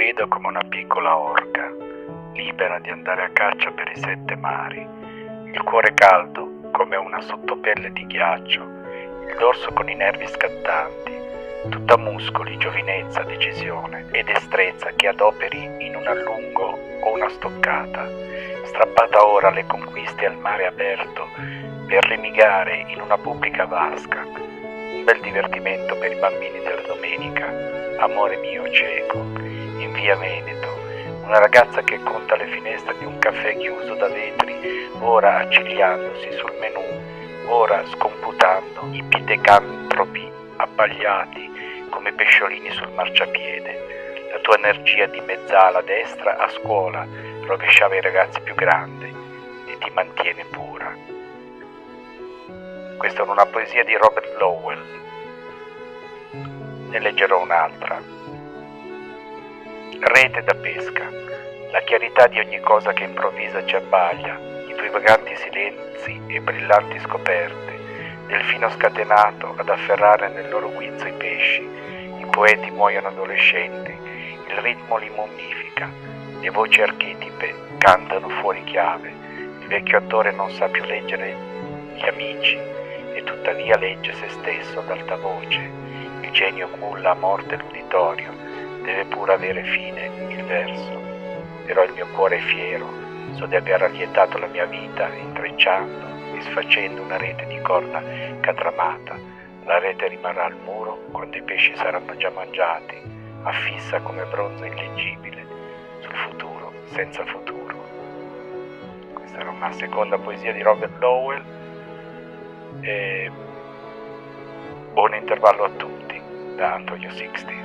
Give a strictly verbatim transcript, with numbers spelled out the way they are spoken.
vedo come una piccola orca, libera di andare a caccia per i sette mari, il cuore caldo come una sottopelle di ghiaccio, il dorso con i nervi scattanti, tutta muscoli, giovinezza, decisione e destrezza che adoperi in un allungo o una stoccata, strappata ora alle conquiste al mare aperto per remigare in una pubblica vasca, un bel divertimento per i bambini della domenica, amore mio cieco, in via Veneto, una ragazza che conta le finestre di un caffè chiuso da vetri, ora accigliandosi sul menù, ora scomputando i pidecantropi abbagliati come pesciolini sul marciapiede. La tua energia di mezzala destra a scuola rovesciava i ragazzi più grandi e ti mantiene pura. Questa è una poesia di Robert Lowell. Ne leggerò un'altra. Rete da pesca, la chiarità di ogni cosa che improvvisa ci abbaglia, i tuoi vaganti silenzi e brillanti scoperte, delfino scatenato ad afferrare nel loro guizzo i pesci, i poeti muoiono adolescenti, il ritmo li mummifica, le voci archetipe cantano fuori chiave, il vecchio attore non sa più leggere gli amici e tuttavia legge se stesso ad alta voce, il genio culla a morte l'uditorio, deve pure avere fine il verso, però il mio cuore è fiero, so di aver allietato la mia vita intrecciando e sfacendo una rete di corda catramata. La rete rimarrà al muro quando i pesci saranno già mangiati, affissa come bronzo illeggibile sul futuro senza futuro. Questa era una seconda poesia di Robert Lowell. E buon intervallo a tutti da Antonio Sixti.